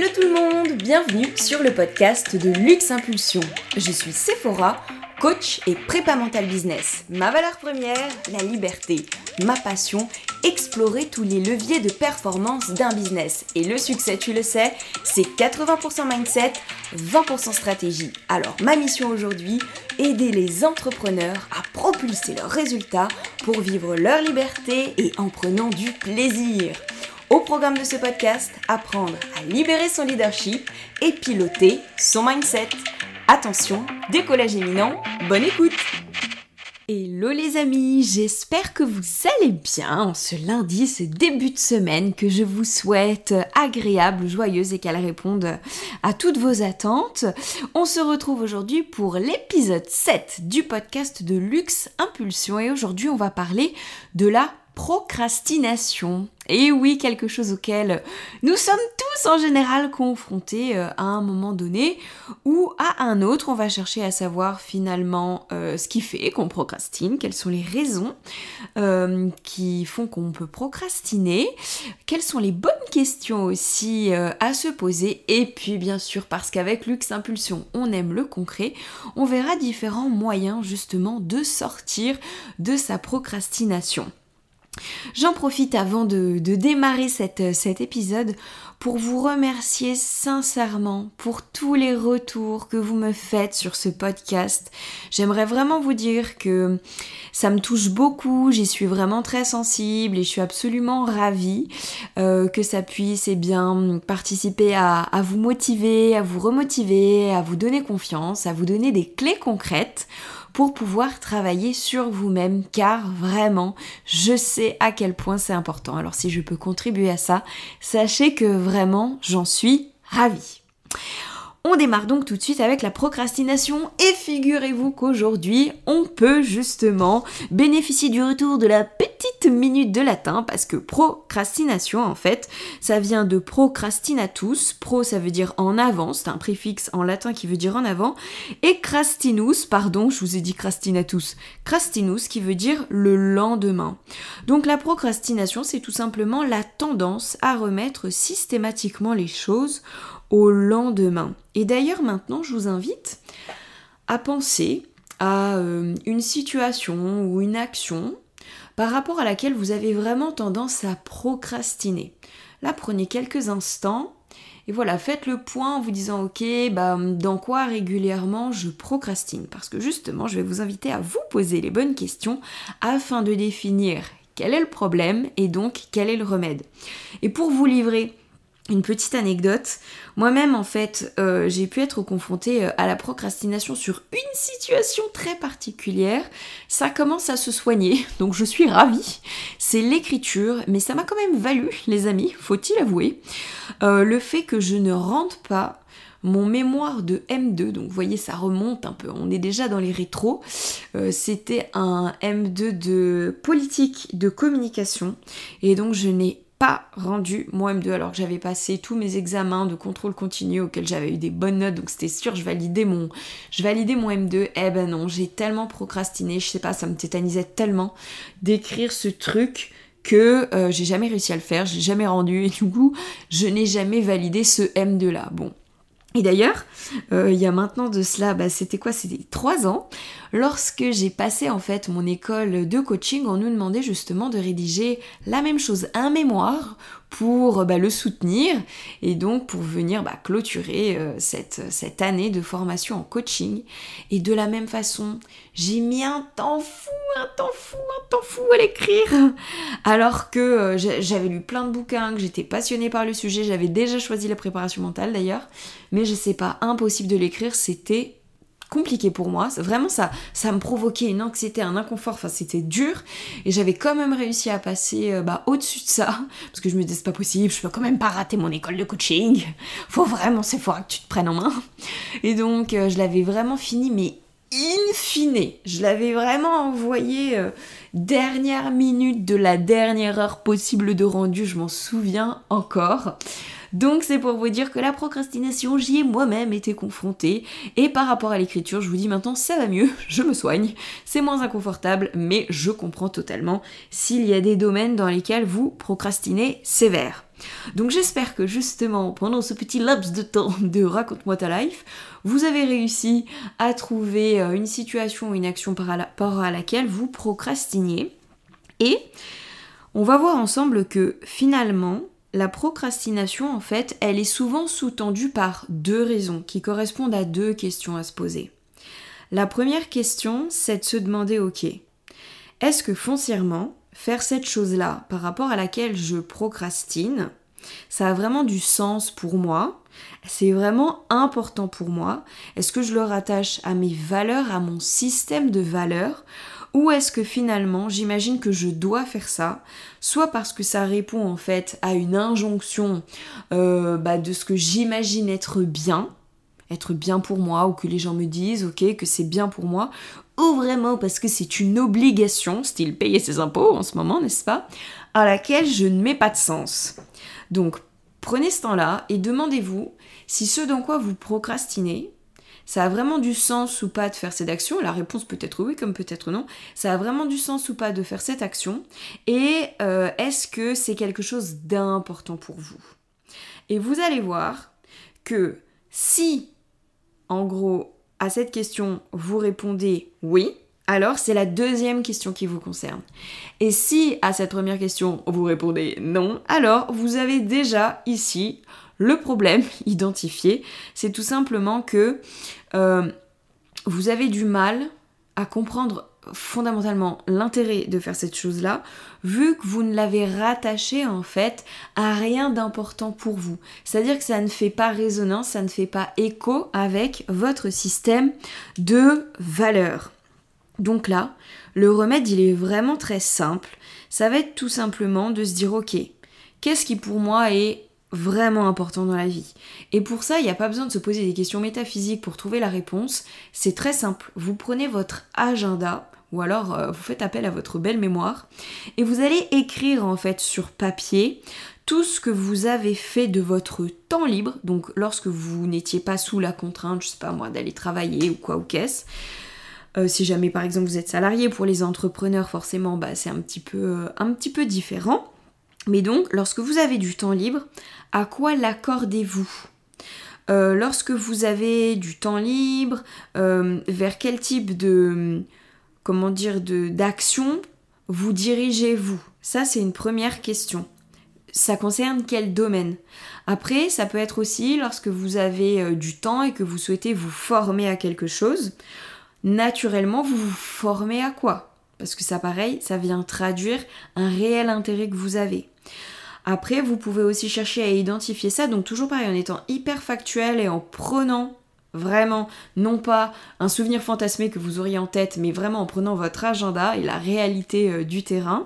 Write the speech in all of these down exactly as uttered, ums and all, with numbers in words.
Hello tout le monde, bienvenue sur le podcast de Luxe Impulsion. Je suis Sephora, coach et prépa mental business. Ma valeur première, la liberté. Ma passion, explorer tous les leviers de performance d'un business. Et le succès, tu le sais, c'est quatre-vingts pour cent mindset, vingt pour cent stratégie. Alors ma mission aujourd'hui, aider les entrepreneurs à propulser leurs résultats pour vivre leur liberté et en prenant du plaisir. Au programme de ce podcast, apprendre à libérer son leadership et piloter son mindset. Attention, décollage imminent, bonne écoute! Hello les amis, j'espère que vous allez bien en ce lundi, ce début de semaine que je vous souhaite agréable, joyeuse et qu'elle réponde à toutes vos attentes. On se retrouve aujourd'hui pour l'épisode sept du podcast de Luxe Impulsion et aujourd'hui on va parler de la procrastination. Et oui, quelque chose auquel nous sommes tous en général confrontés euh, à un moment donné ou à un autre. On va chercher à savoir finalement euh, ce qui fait qu'on procrastine, quelles sont les raisons euh, qui font qu'on peut procrastiner, quelles sont les bonnes questions aussi euh, à se poser. Et puis bien sûr, parce qu'avec Luxe Impulsion, on aime le concret, on verra différents moyens justement de sortir de sa procrastination. J'en profite avant de, de démarrer cette, cet épisode pour vous remercier sincèrement pour tous les retours que vous me faites sur ce podcast. J'aimerais vraiment vous dire que ça me touche beaucoup, j'y suis vraiment très sensible et je suis absolument ravie euh, que ça puisse eh bien, participer à, à vous motiver, à vous remotiver, à vous donner confiance, à vous donner des clés concrètes pour pouvoir travailler sur vous-même, car vraiment, je sais à quel point c'est important. Alors si je peux contribuer à ça, sachez que vraiment, j'en suis ravie. On démarre donc tout de suite avec la procrastination et figurez-vous qu'aujourd'hui, on peut justement bénéficier du retour de la petite minute de latin parce que procrastination en fait, ça vient de procrastinatus, pro ça veut dire en avant, c'est un préfixe en latin qui veut dire en avant, et crastinus, pardon, je vous ai dit crastinatus, crastinus qui veut dire le lendemain. Donc la procrastination, c'est tout simplement la tendance à remettre systématiquement les choses au lendemain. Et d'ailleurs maintenant je vous invite à penser à euh, une situation ou une action par rapport à laquelle vous avez vraiment tendance à procrastiner. Là prenez quelques instants et voilà, faites le point en vous disant ok, bah, dans quoi régulièrement je procrastine, parce que justement je vais vous inviter à vous poser les bonnes questions afin de définir quel est le problème et donc quel est le remède. Et pour vous livrer une petite anecdote, moi-même en fait euh, j'ai pu être confrontée à la procrastination sur une situation très particulière. Ça commence à se soigner, donc je suis ravie, c'est l'écriture, mais ça m'a quand même valu les amis, faut-il avouer, euh, le fait que je ne rentre pas mon mémoire de M deux, donc vous voyez ça remonte un peu, on est déjà dans les rétros, euh, c'était un M deux de politique de communication et donc je n'ai pas rendu mon M deux alors que j'avais passé tous mes examens de contrôle continu auxquels j'avais eu des bonnes notes, donc c'était sûr je validais mon, je validais mon M deux. Eh ben non, j'ai tellement procrastiné, je sais pas, ça me tétanisait tellement d'écrire ce truc que euh, j'ai jamais réussi à le faire, je l'ai jamais rendu et du coup je n'ai jamais validé ce M deux là. Bon. Et d'ailleurs, euh, il y a maintenant de cela, bah, c'était quoi? C'était trois ans. Lorsque j'ai passé en fait mon école de coaching, on nous demandait justement de rédiger la même chose, un mémoire pour bah, le soutenir et donc pour venir bah, clôturer euh, cette, cette année de formation en coaching. Et de la même façon, j'ai mis un temps fou, un temps fou, un temps fou à l'écrire. Alors que euh, j'avais lu plein de bouquins, que j'étais passionnée par le sujet, j'avais déjà choisi la préparation mentale d'ailleurs, mais je sais pas, impossible de l'écrire, c'était compliqué pour moi, vraiment ça, ça me provoquait une anxiété, un inconfort, enfin c'était dur et j'avais quand même réussi à passer euh, bah, au-dessus de ça parce que je me disais c'est pas possible, je peux quand même pas rater mon école de coaching, faut vraiment, c'est fort que tu te prennes en main et donc euh, je l'avais vraiment fini mais in fine, je l'avais vraiment envoyé euh, dernière minute de la dernière heure possible de rendu, je m'en souviens encore. Donc c'est pour vous dire que la procrastination, j'y ai moi-même été confrontée. Et par rapport à l'écriture, je vous dis maintenant, ça va mieux, je me soigne. C'est moins inconfortable, mais je comprends totalement s'il y a des domaines dans lesquels vous procrastinez sévère. Donc j'espère que justement, pendant ce petit laps de temps de Raconte-moi ta life, vous avez réussi à trouver une situation ou une action par rapport à laquelle vous procrastiniez. Et on va voir ensemble que finalement, la procrastination, en fait, elle est souvent sous-tendue par deux raisons qui correspondent à deux questions à se poser. La première question, c'est de se demander, ok, est-ce que foncièrement, faire cette chose-là par rapport à laquelle je procrastine, ça a vraiment du sens pour moi? C'est vraiment important pour moi? Est-ce que je le rattache à mes valeurs, à mon système de valeurs? Ou est-ce que finalement, j'imagine que je dois faire ça, soit parce que ça répond en fait à une injonction euh, bah, de ce que j'imagine être bien, être bien pour moi, ou que les gens me disent, ok, que c'est bien pour moi, ou vraiment parce que c'est une obligation, style payer ses impôts en ce moment, n'est-ce pas, à laquelle je ne mets pas de sens. Donc, prenez ce temps-là et demandez-vous si ce dans quoi vous procrastinez, ça a vraiment du sens ou pas de faire cette action. La réponse peut être oui comme peut-être non. Ça a vraiment du sens ou pas de faire cette action. Et euh, est-ce que c'est quelque chose d'important pour vous? Et vous allez voir que si, en gros, à cette question, vous répondez oui, alors c'est la deuxième question qui vous concerne. Et si à cette première question, vous répondez non, alors vous avez déjà ici le problème identifié. C'est tout simplement que euh, vous avez du mal à comprendre fondamentalement l'intérêt de faire cette chose-là, vu que vous ne l'avez rattaché en fait à rien d'important pour vous. C'est-à-dire que ça ne fait pas résonance, ça ne fait pas écho avec votre système de valeurs. Donc là, le remède, il est vraiment très simple. Ça va être tout simplement de se dire, ok, qu'est-ce qui pour moi est vraiment important dans la vie? Et pour ça, il n'y a pas besoin de se poser des questions métaphysiques pour trouver la réponse. C'est très simple. Vous prenez votre agenda, ou alors euh, vous faites appel à votre belle mémoire, et vous allez écrire en fait sur papier tout ce que vous avez fait de votre temps libre, donc lorsque vous n'étiez pas sous la contrainte, je sais pas moi, d'aller travailler ou quoi ou qu'est-ce. Euh, si jamais par exemple vous êtes salarié, pour les entrepreneurs forcément bah, c'est un petit peu, euh, un petit peu différent. Mais donc lorsque vous avez du temps libre, à quoi l'accordez-vous? euh, Lorsque vous avez du temps libre, euh, vers quel type de, comment dire, de, d'action vous dirigez-vous? Ça c'est une première question. Ça concerne quel domaine? Après, ça peut être aussi lorsque vous avez euh, du temps et que vous souhaitez vous former à quelque chose. Naturellement, vous vous formez à quoi? Parce que ça, pareil, ça vient traduire un réel intérêt que vous avez. Après, vous pouvez aussi chercher à identifier ça, donc toujours pareil, en étant hyper factuel et en prenant vraiment, non pas un souvenir fantasmé que vous auriez en tête, mais vraiment en prenant votre agenda et la réalité euh, du terrain.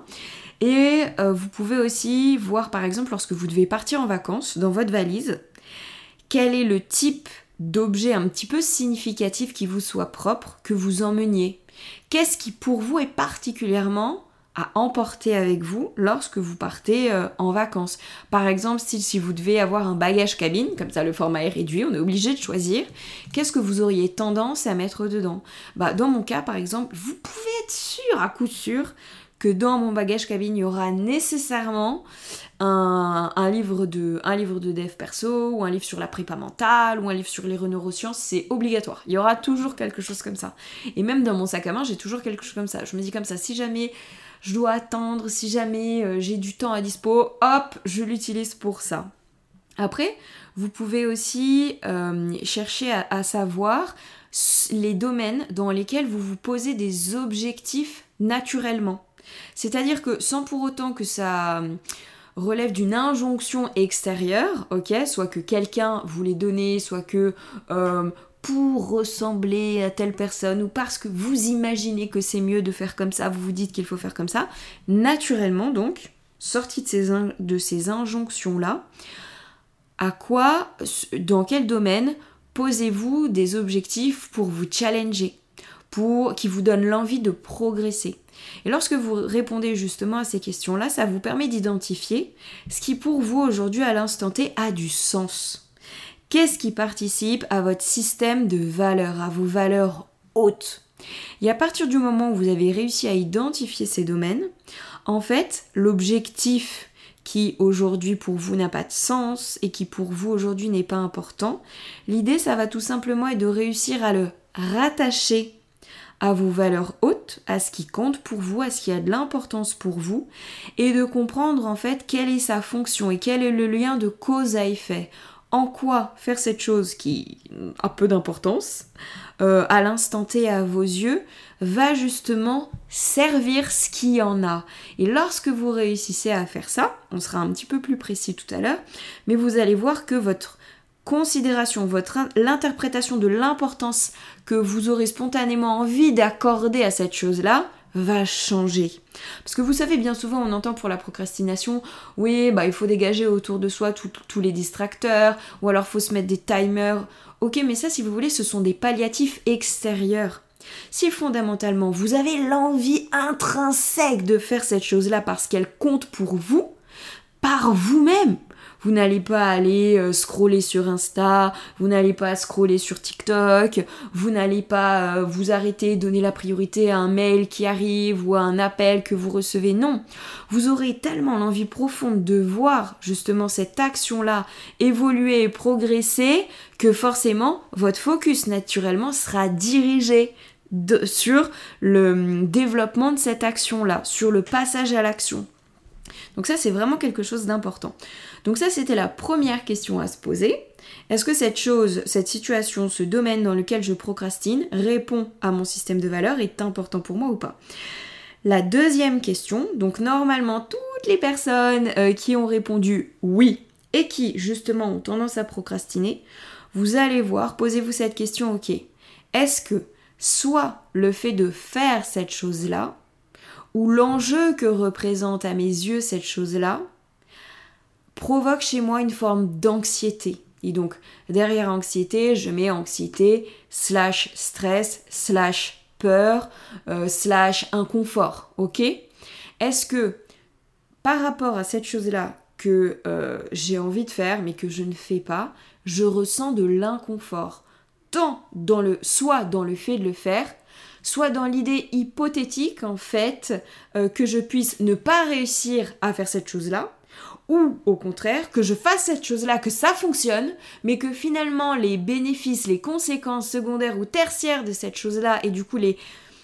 Et euh, vous pouvez aussi voir, par exemple, lorsque vous devez partir en vacances, dans votre valise, quel est le type d'objet un petit peu significatif qui vous soit propre, que vous emmeniez. Qu'est-ce qui pour vous est particulièrement à emporter avec vous lorsque vous partez euh, en vacances? Par exemple, si, si vous devez avoir un bagage cabine, comme ça le format est réduit, on est obligé de choisir, qu'est-ce que vous auriez tendance à mettre dedans? Bah, dans mon cas, par exemple, vous pouvez être sûr, à coup sûr, que dans mon bagage cabine, il y aura nécessairement un, un, livre de, un livre de dev perso, ou un livre sur la prépa mentale, ou un livre sur les neurosciences, c'est obligatoire. Il y aura toujours quelque chose comme ça. Et même dans mon sac à main, j'ai toujours quelque chose comme ça. Je me dis comme ça, si jamais je dois attendre, si jamais euh, j'ai du temps à dispo, hop, je l'utilise pour ça. Après, vous pouvez aussi euh, chercher à, à savoir les domaines dans lesquels vous vous posez des objectifs naturellement. C'est-à-dire que sans pour autant que ça relève d'une injonction extérieure, ok, soit que quelqu'un vous les donne, soit que euh, pour ressembler à telle personne, ou parce que vous imaginez que c'est mieux de faire comme ça, vous vous dites qu'il faut faire comme ça, naturellement donc, sorti de ces, in- de ces injonctions-là, à quoi, dans quel domaine posez-vous des objectifs pour vous challenger, pour, qui vous donne l'envie de progresser. Et lorsque vous répondez justement à ces questions-là, ça vous permet d'identifier ce qui pour vous aujourd'hui à l'instant T a du sens. Qu'est-ce qui participe à votre système de valeurs, à vos valeurs hautes ? Et à partir du moment où vous avez réussi à identifier ces domaines, en fait, l'objectif qui aujourd'hui pour vous n'a pas de sens et qui pour vous aujourd'hui n'est pas important, l'idée ça va tout simplement être de réussir à le rattacher à vos valeurs hautes, à ce qui compte pour vous, à ce qui a de l'importance pour vous, et de comprendre en fait quelle est sa fonction et quel est le lien de cause à effet. En quoi faire cette chose qui a peu d'importance, euh, à l'instant T à vos yeux, va justement servir ce qu'il y en a. Et lorsque vous réussissez à faire ça, on sera un petit peu plus précis tout à l'heure, mais vous allez voir que votre considération, votre, l'interprétation de l'importance que vous aurez spontanément envie d'accorder à cette chose-là va changer. Parce que vous savez, bien souvent, on entend pour la procrastination, oui, bah il faut dégager autour de soi tous les distracteurs, ou alors il faut se mettre des timers. Ok, mais ça, si vous voulez, ce sont des palliatifs extérieurs. Si fondamentalement, vous avez l'envie intrinsèque de faire cette chose-là parce qu'elle compte pour vous, par vous-même, vous n'allez pas aller euh, scroller sur Insta, vous n'allez pas scroller sur TikTok, vous n'allez pas euh, vous arrêter, donner la priorité à un mail qui arrive ou à un appel que vous recevez. Non, vous aurez tellement l'envie profonde de voir justement cette action-là évoluer et progresser que forcément, votre focus naturellement sera dirigé de, sur le développement de cette action-là, sur le passage à l'action. Donc ça, c'est vraiment quelque chose d'important. Donc ça, c'était la première question à se poser. Est-ce que cette chose, cette situation, ce domaine dans lequel je procrastine répond à mon système de valeurs, est important pour moi ou pas ? La deuxième question, donc normalement, toutes les personnes euh, qui ont répondu oui et qui, justement, ont tendance à procrastiner, vous allez voir, posez-vous cette question, ok, est-ce que soit le fait de faire cette chose-là, ou l'enjeu que représente à mes yeux cette chose-là, provoque chez moi une forme d'anxiété. Et donc, derrière anxiété, je mets anxiété, slash stress, slash peur, euh, slash inconfort, ok ? Est-ce que, par rapport à cette chose-là que euh, j'ai envie de faire, mais que je ne fais pas, je ressens de l'inconfort, tant dans le, soit dans le fait de le faire, soit dans l'idée hypothétique, en fait, euh, que je puisse ne pas réussir à faire cette chose-là, ou au contraire, que je fasse cette chose-là, que ça fonctionne, mais que finalement les bénéfices, les conséquences secondaires ou tertiaires de cette chose-là, et du coup les,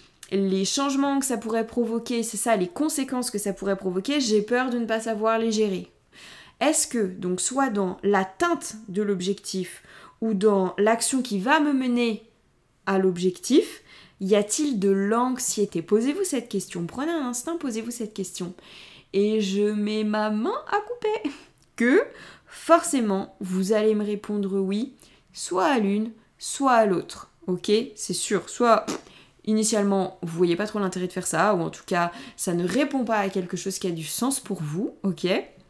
les changements que ça pourrait provoquer, c'est ça, les conséquences que ça pourrait provoquer, j'ai peur de ne pas savoir les gérer. Est-ce que, donc soit dans l'atteinte de l'objectif, ou dans l'action qui va me mener à l'objectif, y a-t-il de l'anxiété ? Posez-vous cette question, prenez un instant, posez-vous cette question. Et je mets ma main à couper. Que forcément, vous allez me répondre oui, soit à l'une, soit à l'autre. Ok ? C'est sûr, soit pff, initialement, vous voyez pas trop l'intérêt de faire ça, ou en tout cas, ça ne répond pas à quelque chose qui a du sens pour vous, ok ?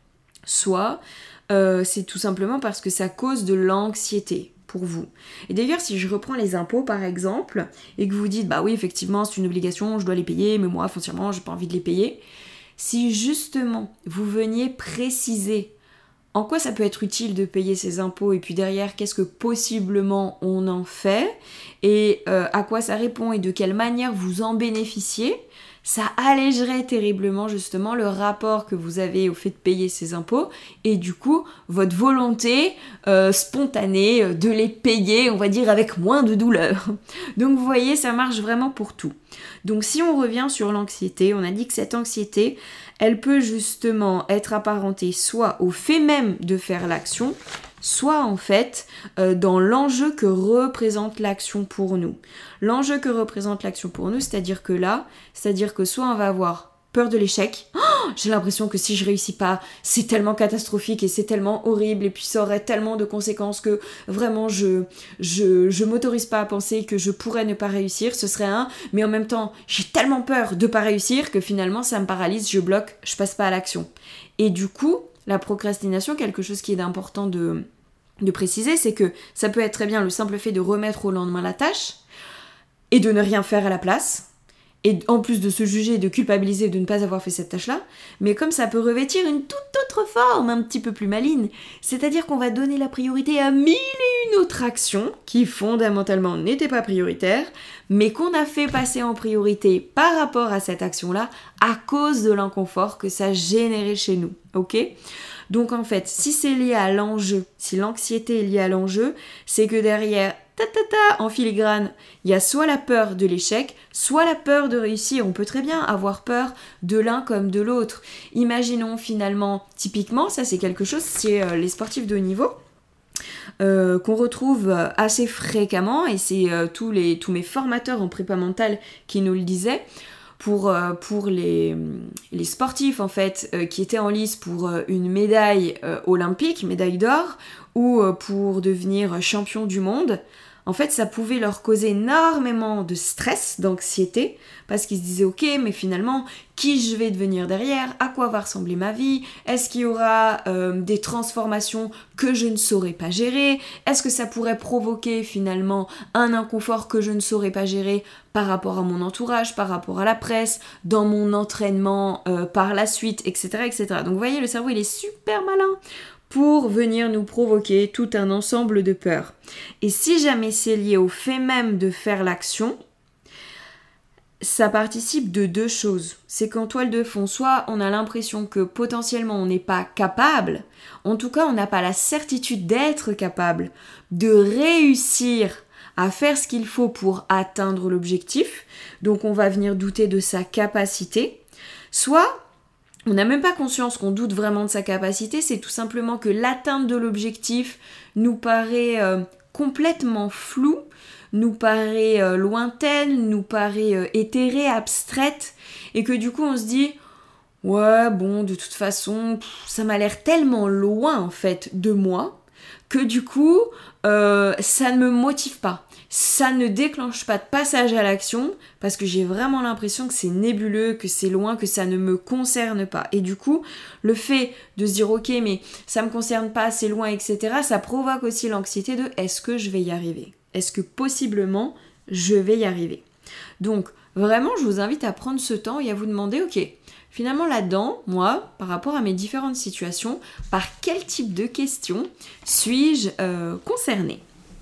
Soit, euh, c'est tout simplement parce que ça cause de l'anxiété pour vous. Et d'ailleurs, si je reprends les impôts par exemple, et que vous dites, bah oui, effectivement, c'est une obligation, je dois les payer, mais moi, foncièrement, j'ai pas envie de les payer. Si justement, vous veniez préciser en quoi ça peut être utile de payer ces impôts, et puis derrière, qu'est-ce que possiblement on en fait, et euh, à quoi ça répond, et de quelle manière vous en bénéficiez, ça allégerait terriblement justement le rapport que vous avez au fait de payer ces impôts et du coup votre volonté euh, spontanée de les payer, on va dire avec moins de douleur. Donc vous voyez, ça marche vraiment pour tout. Donc si on revient sur l'anxiété, on a dit que cette anxiété, elle peut justement être apparentée soit au fait même de faire l'action, soit en fait euh, dans l'enjeu que représente l'action pour nous. L'enjeu que représente l'action pour nous, c'est-à-dire que là, c'est-à-dire que soit on va avoir peur de l'échec, oh, j'ai l'impression que si je réussis pas, c'est tellement catastrophique et c'est tellement horrible et puis ça aurait tellement de conséquences que vraiment je, je, je m'autorise pas à penser que je pourrais ne pas réussir, ce serait un, mais en même temps, j'ai tellement peur de pas réussir que finalement ça me paralyse, je bloque, je passe pas à l'action. Et du coup, la procrastination, quelque chose qui est important de, de préciser, c'est que ça peut être très bien le simple fait de remettre au lendemain la tâche, et de ne rien faire à la place, et en plus de se juger, de culpabiliser de ne pas avoir fait cette tâche-là, mais comme ça peut revêtir une toute autre forme, un petit peu plus maligne, c'est-à-dire qu'on va donner la priorité à mille et une autres actions qui fondamentalement n'étaient pas prioritaires, mais qu'on a fait passer en priorité par rapport à cette action-là à cause de l'inconfort que ça générait chez nous, ok ? Donc en fait, si c'est lié à l'enjeu, si l'anxiété est liée à l'enjeu, c'est que derrière, ta ta ta, en filigrane, il y a soit la peur de l'échec, soit la peur de réussir. On peut très bien avoir peur de l'un comme de l'autre. Imaginons finalement, typiquement, ça c'est quelque chose, c'est euh, les sportifs de haut niveau, euh, qu'on retrouve assez fréquemment, et c'est euh, tous, les, tous mes formateurs en prépa mentale qui nous le disaient. Pour, euh, pour les, les sportifs en fait euh, qui étaient en lice pour euh, une médaille euh, olympique, médaille d'or, ou euh, pour devenir champion du monde, en fait ça pouvait leur causer énormément de stress, d'anxiété, parce qu'ils se disaient ok, mais finalement qui je vais devenir derrière, à quoi va ressembler ma vie, est-ce qu'il y aura euh, des transformations que je ne saurais pas gérer, est-ce que ça pourrait provoquer finalement un inconfort que je ne saurais pas gérer par rapport à mon entourage, par rapport à la presse, dans mon entraînement euh, par la suite, et cetera, et cetera. Donc vous voyez, le cerveau il est super malin pour venir nous provoquer tout un ensemble de peurs. Et si jamais c'est lié au fait même de faire l'action, ça participe de deux choses. C'est qu'en toile de fond, soit on a l'impression que potentiellement on n'est pas capable, en tout cas on n'a pas la certitude d'être capable, de réussir à faire ce qu'il faut pour atteindre l'objectif, donc on va venir douter de sa capacité, soit on n'a même pas conscience qu'on doute vraiment de sa capacité, c'est tout simplement que l'atteinte de l'objectif nous paraît euh, complètement floue, nous paraît euh, lointaine, nous paraît euh, éthérée, abstraite, et que du coup on se dit « Ouais, bon, de toute façon, pff, ça m'a l'air tellement loin en fait de moi, que du coup, euh, ça ne me motive pas. Ça ne déclenche pas de passage à l'action parce que j'ai vraiment l'impression que c'est nébuleux, que c'est loin, que ça ne me concerne pas. Et du coup, le fait de se dire « Ok, mais ça me concerne pas, c'est loin, et cetera » ça provoque aussi l'anxiété de « Est-ce que je vais y arriver ? Est-ce que possiblement, je vais y arriver ?» Donc, vraiment, je vous invite à prendre ce temps et à vous demander « Ok, finalement là-dedans, moi, par rapport à mes différentes situations, par quel type de questions suis-je euh, concernée ?»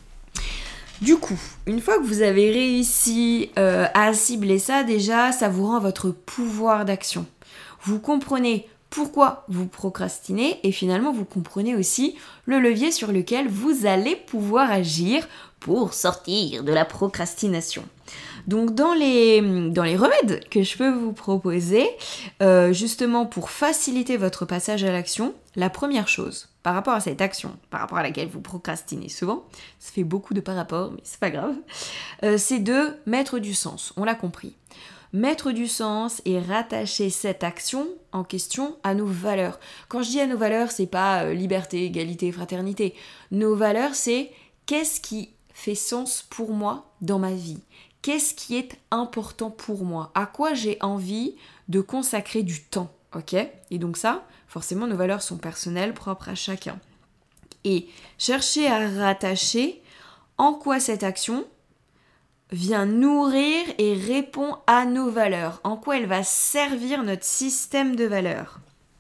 Du coup, une fois que vous avez réussi euh, à cibler ça, déjà, ça vous rend votre pouvoir d'action. Vous comprenez pourquoi vous procrastinez et finalement, vous comprenez aussi le levier sur lequel vous allez pouvoir agir pour sortir de la procrastination. Donc dans les, dans les remèdes que je peux vous proposer, euh, justement pour faciliter votre passage à l'action, la première chose, par rapport à cette action, par rapport à laquelle vous procrastinez souvent, ça fait beaucoup de par rapport, mais c'est pas grave, euh, c'est de mettre du sens, on l'a compris. Mettre du sens et rattacher cette action en question à nos valeurs. Quand je dis à nos valeurs, c'est pas euh, liberté, égalité, fraternité. Nos valeurs, c'est qu'est-ce qui fait sens pour moi dans ma vie ? Qu'est-ce qui est important pour moi ? À quoi j'ai envie de consacrer du temps ? Ok ? Et donc ça, forcément, nos valeurs sont personnelles, propres à chacun. Et chercher à rattacher en quoi cette action vient nourrir et répond à nos valeurs, en quoi elle va servir notre système de valeurs.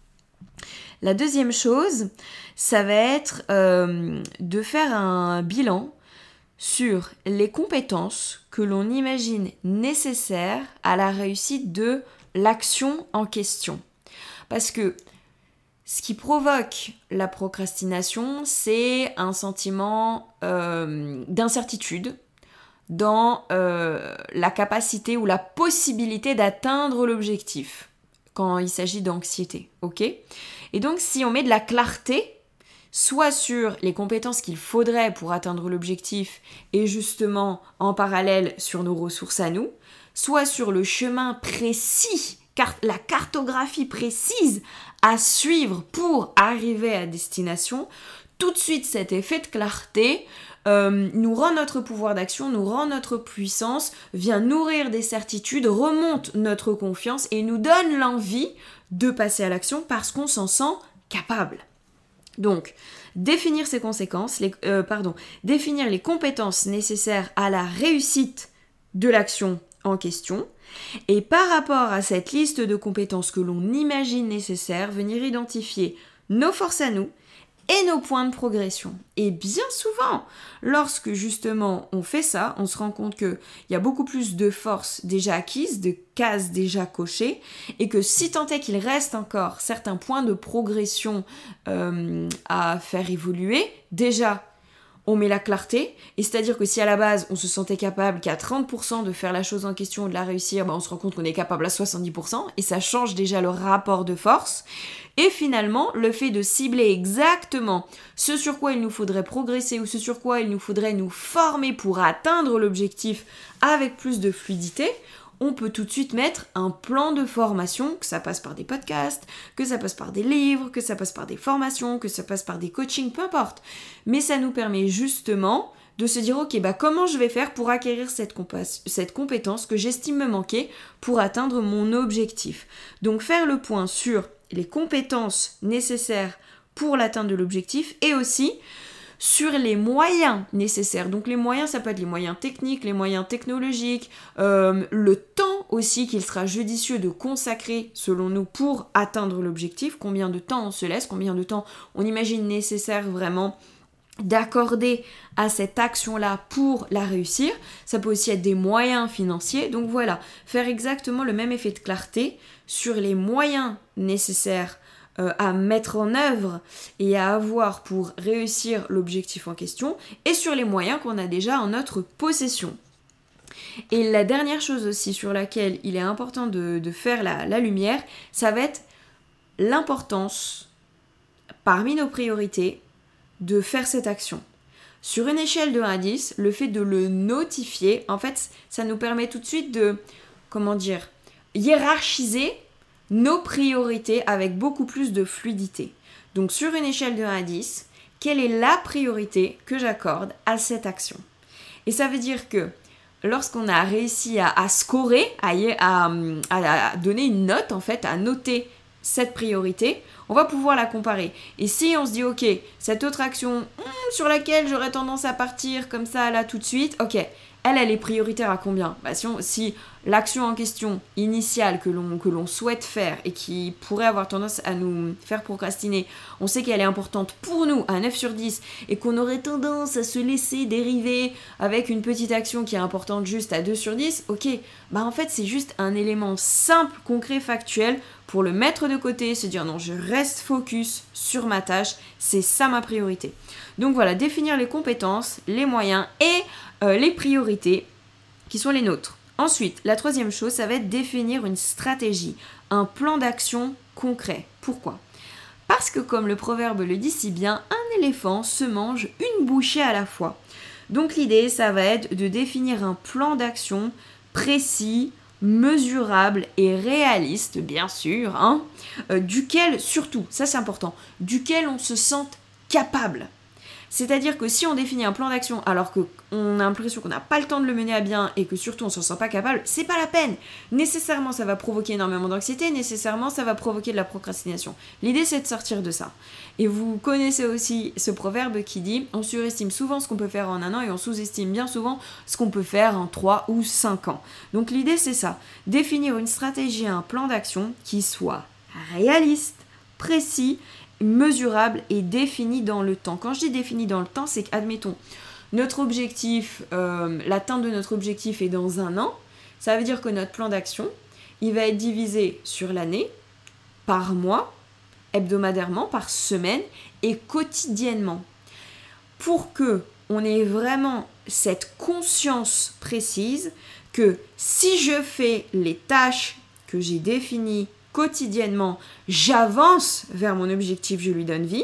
La deuxième chose, ça va être euh, de faire un bilan sur les compétences que l'on imagine nécessaires à la réussite de l'action en question. Parce que ce qui provoque la procrastination, c'est un sentiment euh, d'incertitude dans euh, la capacité ou la possibilité d'atteindre l'objectif quand il s'agit d'anxiété, ok ? Et donc, si on met de la clarté, soit sur les compétences qu'il faudrait pour atteindre l'objectif et justement en parallèle sur nos ressources à nous, soit sur le chemin précis, car la cartographie précise à suivre pour arriver à destination, tout de suite cet effet de clarté euh, nous rend notre pouvoir d'action, nous rend notre puissance, vient nourrir des certitudes, remonte notre confiance et nous donne l'envie de passer à l'action parce qu'on s'en sent capable. Donc, définir ces conséquences, les, euh, pardon, définir les compétences nécessaires à la réussite de l'action en question et par rapport à cette liste de compétences que l'on imagine nécessaires, venir identifier nos forces à nous et nos points de progression. Et bien souvent, lorsque justement on fait ça, on se rend compte qu'il y a beaucoup plus de forces déjà acquises, de cases déjà cochées, et que si tant est qu'il reste encore certains points de progression euh, à faire évoluer, déjà on met la clarté, et c'est-à-dire que si à la base on se sentait capable qu'à trente pour cent de faire la chose en question et de la réussir, bah on se rend compte qu'on est capable à soixante-dix pour cent, et ça change déjà le rapport de force. Et finalement, le fait de cibler exactement ce sur quoi il nous faudrait progresser ou ce sur quoi il nous faudrait nous former pour atteindre l'objectif avec plus de fluidité, on peut tout de suite mettre un plan de formation, que ça passe par des podcasts, que ça passe par des livres, que ça passe par des formations, que ça passe par des coachings, peu importe. Mais ça nous permet justement de se dire, ok, bah comment je vais faire pour acquérir cette, compa- cette compétence que j'estime me manquer pour atteindre mon objectif. Donc faire le point sur les compétences nécessaires pour l'atteinte de l'objectif et aussi sur les moyens nécessaires. Donc les moyens, ça peut être les moyens techniques, les moyens technologiques, euh, le temps aussi qu'il sera judicieux de consacrer selon nous pour atteindre l'objectif, combien de temps on se laisse, combien de temps on imagine nécessaire vraiment d'accorder à cette action-là pour la réussir. Ça peut aussi être des moyens financiers. Donc voilà, faire exactement le même effet de clarté sur les moyens nécessaires euh, à mettre en œuvre et à avoir pour réussir l'objectif en question et sur les moyens qu'on a déjà en notre possession. Et la dernière chose aussi sur laquelle il est important de, de faire la, la lumière, ça va être l'importance parmi nos priorités de faire cette action. Sur une échelle de un à dix, le fait de le notifier, en fait, ça nous permet tout de suite de, comment dire, hiérarchiser nos priorités avec beaucoup plus de fluidité. Donc sur une échelle de un à dix, quelle est la priorité que j'accorde à cette action ? Et ça veut dire que lorsqu'on a réussi à, à scorer, à, à, à donner une note, en fait, à noter cette priorité, on va pouvoir la comparer. Et si on se dit, ok, cette autre action hmm, sur laquelle j'aurais tendance à partir comme ça, là, tout de suite, ok, elle, elle est prioritaire à combien ? Bah, si, on, si l'action en question initiale que l'on, que l'on souhaite faire et qui pourrait avoir tendance à nous faire procrastiner, on sait qu'elle est importante pour nous à neuf sur dix et qu'on aurait tendance à se laisser dériver avec une petite action qui est importante juste à deux sur dix, ok, bah en fait c'est juste un élément simple, concret, factuel pour le mettre de côté, se dire non, je reste focus sur ma tâche, c'est ça ma priorité. Donc voilà, définir les compétences, les moyens et euh, les priorités qui sont les nôtres. Ensuite, la troisième chose, ça va être définir une stratégie, un plan d'action concret. Pourquoi ? Parce que comme le proverbe le dit si bien, un éléphant se mange une bouchée à la fois. Donc l'idée, ça va être de définir un plan d'action précis, mesurable et réaliste, bien sûr, hein, euh, duquel, surtout, ça c'est important, duquel on se sente capable. C'est-à-dire que si on définit un plan d'action alors qu'on a l'impression qu'on n'a pas le temps de le mener à bien et que surtout on ne s'en sent pas capable, c'est pas la peine. Nécessairement ça va provoquer énormément d'anxiété, nécessairement ça va provoquer de la procrastination. L'idée c'est de sortir de ça. Et vous connaissez aussi ce proverbe qui dit « On surestime souvent ce qu'on peut faire en un an et on sous-estime bien souvent ce qu'on peut faire en trois ou cinq ans. » Donc l'idée c'est ça, définir une stratégie, un plan d'action qui soit réaliste, précis, mesurable et défini dans le temps. Quand je dis défini dans le temps, c'est qu'admettons, notre objectif, euh, l'atteinte de notre objectif est dans un an, ça veut dire que notre plan d'action, il va être divisé sur l'année, par mois, hebdomadairement, par semaine et quotidiennement. Pour que on ait vraiment cette conscience précise que si je fais les tâches que j'ai définies quotidiennement, j'avance vers mon objectif, je lui donne vie.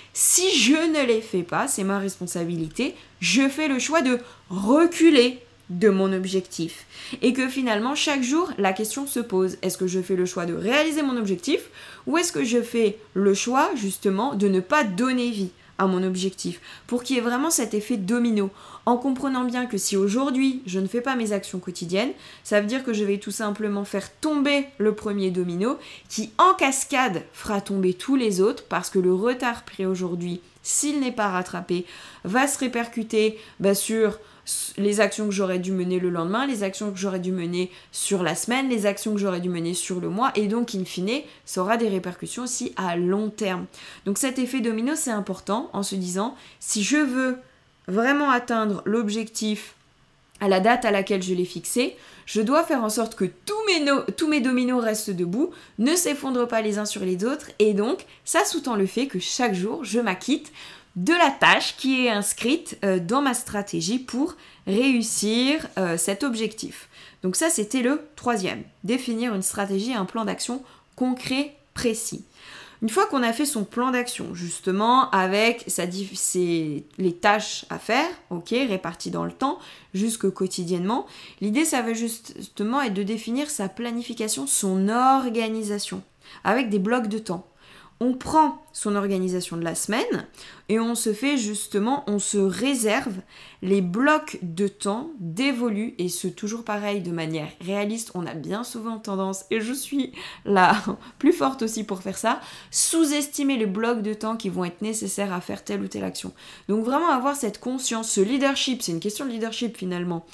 Si je ne les fais pas, c'est ma responsabilité, je fais le choix de reculer de mon objectif. Et que finalement, chaque jour, la question se pose, est-ce que je fais le choix de réaliser mon objectif ou est-ce que je fais le choix, justement, de ne pas donner vie à mon objectif, pour qu'il y ait vraiment cet effet domino, en comprenant bien que si aujourd'hui je ne fais pas mes actions quotidiennes, ça veut dire que je vais tout simplement faire tomber le premier domino, qui en cascade fera tomber tous les autres, parce que le retard pris aujourd'hui, s'il n'est pas rattrapé, va se répercuter bah, sur les actions que j'aurais dû mener le lendemain, les actions que j'aurais dû mener sur la semaine, les actions que j'aurais dû mener sur le mois, et donc in fine, ça aura des répercussions aussi à long terme. Donc cet effet domino, c'est important en se disant, si je veux vraiment atteindre l'objectif à la date à laquelle je l'ai fixé, je dois faire en sorte que tous mes, no- tous mes dominos restent debout, ne s'effondrent pas les uns sur les autres, et donc ça sous-tend le fait que chaque jour, je m'acquitte de la tâche qui est inscrite euh, dans ma stratégie pour réussir euh, cet objectif. Donc ça, c'était le troisième. Définir une stratégie et un plan d'action concret, précis. Une fois qu'on a fait son plan d'action, justement, avec sa, ses, les tâches à faire, ok, réparties dans le temps, jusque quotidiennement, l'idée, ça va justement être de définir sa planification, son organisation, avec des blocs de temps. On prend son organisation de la semaine et on se fait justement, on se réserve les blocs de temps dévolus, et ce toujours pareil de manière réaliste. On a bien souvent tendance, et je suis la plus forte aussi pour faire ça, sous-estimer les blocs de temps qui vont être nécessaires à faire telle ou telle action. Donc vraiment avoir cette conscience, ce leadership, c'est une question de leadership finalement,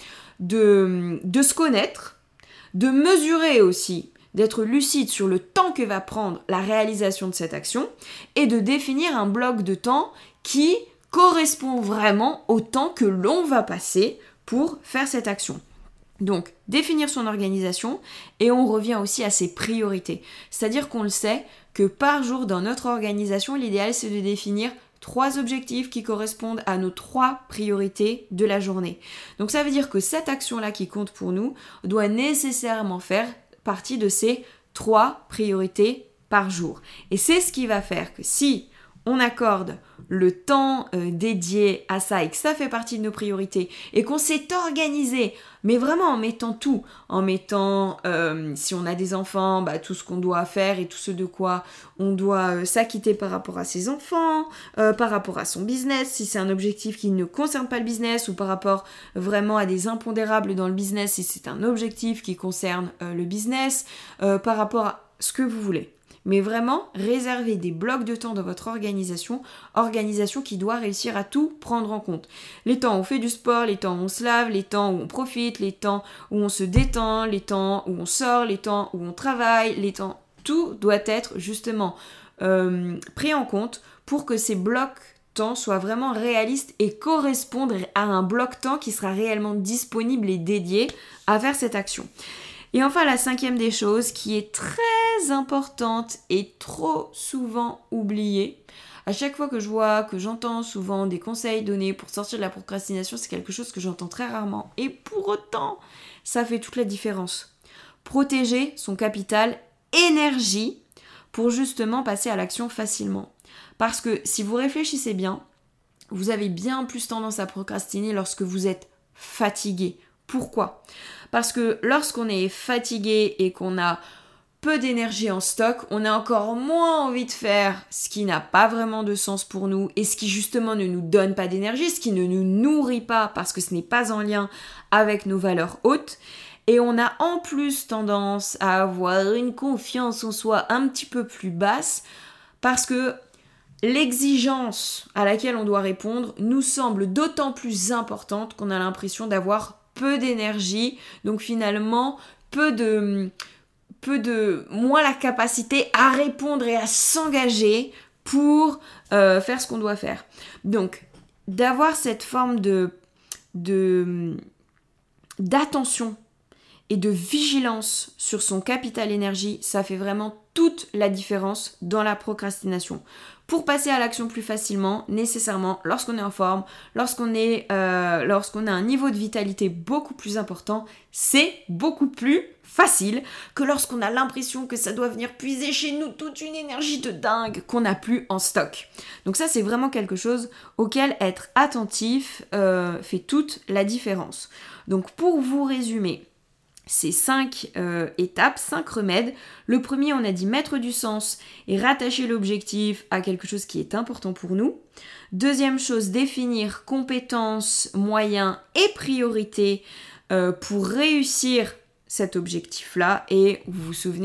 de, de se connaître, de mesurer aussi, d'être lucide sur le temps que va prendre la réalisation de cette action et de définir un bloc de temps qui correspond vraiment au temps que l'on va passer pour faire cette action. Donc, définir son organisation, et on revient aussi à ses priorités. C'est-à-dire qu'on le sait que par jour dans notre organisation, l'idéal c'est de définir trois objectifs qui correspondent à nos trois priorités de la journée. Donc ça veut dire que cette action-là qui compte pour nous doit nécessairement faire partie de ces trois priorités par jour. Et c'est ce qui va faire que si on accorde le temps euh, dédié à ça et que ça fait partie de nos priorités et qu'on s'est organisé, mais vraiment en mettant tout, en mettant, euh, si on a des enfants, bah, tout ce qu'on doit faire et tout ce de quoi on doit euh, s'acquitter par rapport à ses enfants, euh, par rapport à son business, si c'est un objectif qui ne concerne pas le business, ou par rapport vraiment à des impondérables dans le business, si c'est un objectif qui concerne euh, le business, euh, par rapport à ce que vous voulez. Mais vraiment, réservez des blocs de temps dans votre organisation, organisation qui doit réussir à tout prendre en compte. Les temps où on fait du sport, les temps où on se lave, les temps où on profite, les temps où on se détend, les temps où on sort, les temps où on travaille, les temps... Tout doit être justement euh, pris en compte pour que ces blocs temps soient vraiment réalistes et correspondent à un bloc temps qui sera réellement disponible et dédié à faire cette action. Et enfin, la cinquième des choses qui est très importante et trop souvent oubliée. À chaque fois que je vois, que j'entends souvent des conseils donnés pour sortir de la procrastination, c'est quelque chose que j'entends très rarement. Et pour autant, ça fait toute la différence. Protéger son capital énergie pour justement passer à l'action facilement. Parce que si vous réfléchissez bien, vous avez bien plus tendance à procrastiner lorsque vous êtes fatigué. Pourquoi ? Parce que lorsqu'on est fatigué et qu'on a peu d'énergie en stock, on a encore moins envie de faire ce qui n'a pas vraiment de sens pour nous et ce qui justement ne nous donne pas d'énergie, ce qui ne nous nourrit pas parce que ce n'est pas en lien avec nos valeurs hautes. Et on a en plus tendance à avoir une confiance en soi un petit peu plus basse parce que l'exigence à laquelle on doit répondre nous semble d'autant plus importante qu'on a l'impression d'avoir peu d'énergie, donc finalement peu de, peu de moins la capacité à répondre et à s'engager pour euh, faire ce qu'on doit faire. Donc d'avoir cette forme de, de d'attention et de vigilance sur son capital énergie, ça fait vraiment toute la différence dans la procrastination. Pour passer à l'action plus facilement, nécessairement, lorsqu'on est en forme, lorsqu'on est, euh, lorsqu'on a un niveau de vitalité beaucoup plus important, c'est beaucoup plus facile que lorsqu'on a l'impression que ça doit venir puiser chez nous toute une énergie de dingue qu'on n'a plus en stock. Donc ça, c'est vraiment quelque chose auquel être attentif euh, fait toute la différence. Donc pour vous résumer, ces cinq euh, étapes, cinq remèdes. Le premier, on a dit mettre du sens et rattacher l'objectif à quelque chose qui est important pour nous. Deuxième chose, définir compétences, moyens et priorités euh, pour réussir cet objectif-là. Et vous vous souvenez,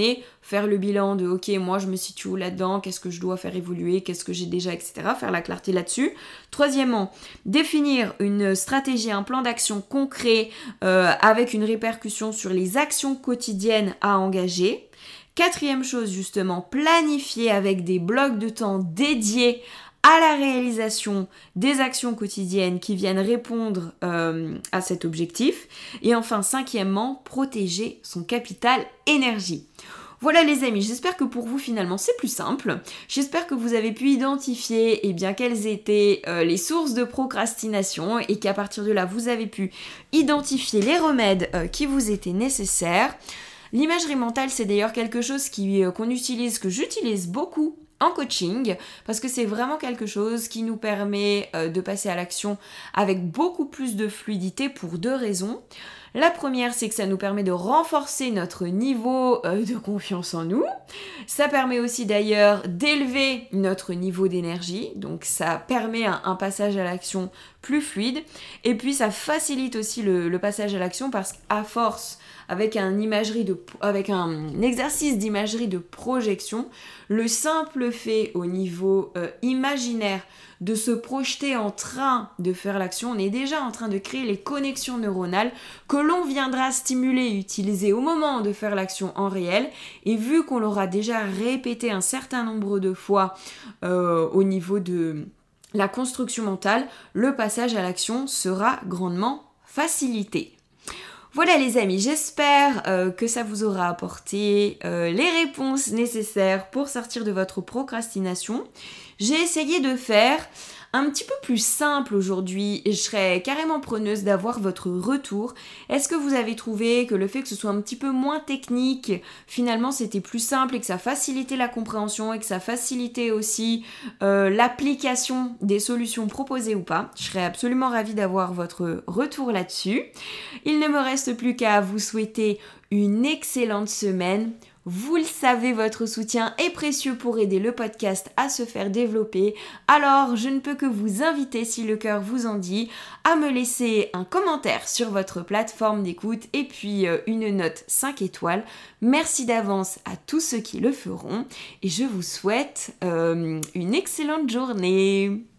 faire le bilan de ok, moi je me situe où là-dedans, qu'est-ce que je dois faire évoluer, qu'est-ce que j'ai déjà, et cetera. Faire la clarté là-dessus. Troisièmement, définir une stratégie, un plan d'action concret euh, avec une répercussion sur les actions quotidiennes à engager. Quatrième chose justement, planifier avec des blocs de temps dédiés à la réalisation des actions quotidiennes qui viennent répondre euh, à cet objectif. Et enfin, cinquièmement, protéger son capital énergie. Voilà les amis, j'espère que pour vous finalement c'est plus simple. J'espère que vous avez pu identifier eh bien, quelles étaient euh, les sources de procrastination et qu'à partir de là vous avez pu identifier les remèdes euh, qui vous étaient nécessaires. L'imagerie mentale, c'est d'ailleurs quelque chose qui, euh, qu'on utilise, que j'utilise beaucoup en coaching, parce que c'est vraiment quelque chose qui nous permet euh, de passer à l'action avec beaucoup plus de fluidité pour deux raisons. La première, c'est que ça nous permet de renforcer notre niveau euh, de confiance en nous. Ça permet aussi d'ailleurs d'élever notre niveau d'énergie, donc ça permet un, un passage à l'action plus fluide. Et puis ça facilite aussi le, le passage à l'action parce qu'à force, avec un, imagerie de, avec un exercice d'imagerie de projection, le simple fait au niveau euh, imaginaire de se projeter en train de faire l'action, on est déjà en train de créer les connexions neuronales que l'on viendra stimuler et utiliser au moment de faire l'action en réel. Et vu qu'on l'aura déjà répété un certain nombre de fois euh, au niveau de la construction mentale, le passage à l'action sera grandement facilité. Voilà les amis, j'espère euh, que ça vous aura apporté euh, les réponses nécessaires pour sortir de votre procrastination. J'ai essayé de faire un petit peu plus simple aujourd'hui et je serais carrément preneuse d'avoir votre retour. Est-ce que vous avez trouvé que le fait que ce soit un petit peu moins technique, finalement c'était plus simple et que ça facilitait la compréhension et que ça facilitait aussi euh, l'application des solutions proposées ou pas? Je serais absolument ravie d'avoir votre retour là-dessus. Il ne me reste plus qu'à vous souhaiter une excellente semaine. Vous le savez, votre soutien est précieux pour aider le podcast à se faire développer. Alors, je ne peux que vous inviter, si le cœur vous en dit, à me laisser un commentaire sur votre plateforme d'écoute et puis euh, une note cinq étoiles. Merci d'avance à tous ceux qui le feront et je vous souhaite euh, une excellente journée.